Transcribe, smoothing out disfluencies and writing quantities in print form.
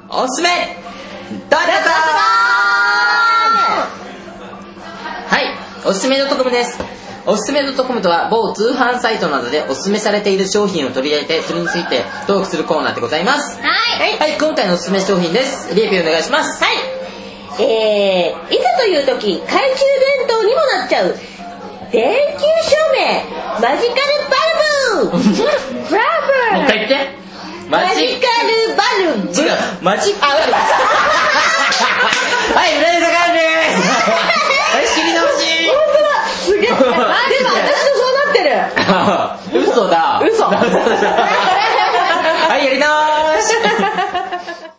おすすめドットコム。はい、おすすめドットコムです。おすすめドットコムとは某通販サイトなどでおすすめされている商品を取り上げてそれについてトークするコーナーでございます。はい、今回のおすすめ商品です。リエピお願いします。 はい、いざという時懐中電灯にもなっちゃう電球照明マジカルバルブフラブもう一回言って。 マジカルバルブ。 違う、マジカルはい、村井さんですはい、尻の節。 本当だ、すげえ。でも私とそうなってる。 嘘だ。 嘘。 はい、やり直し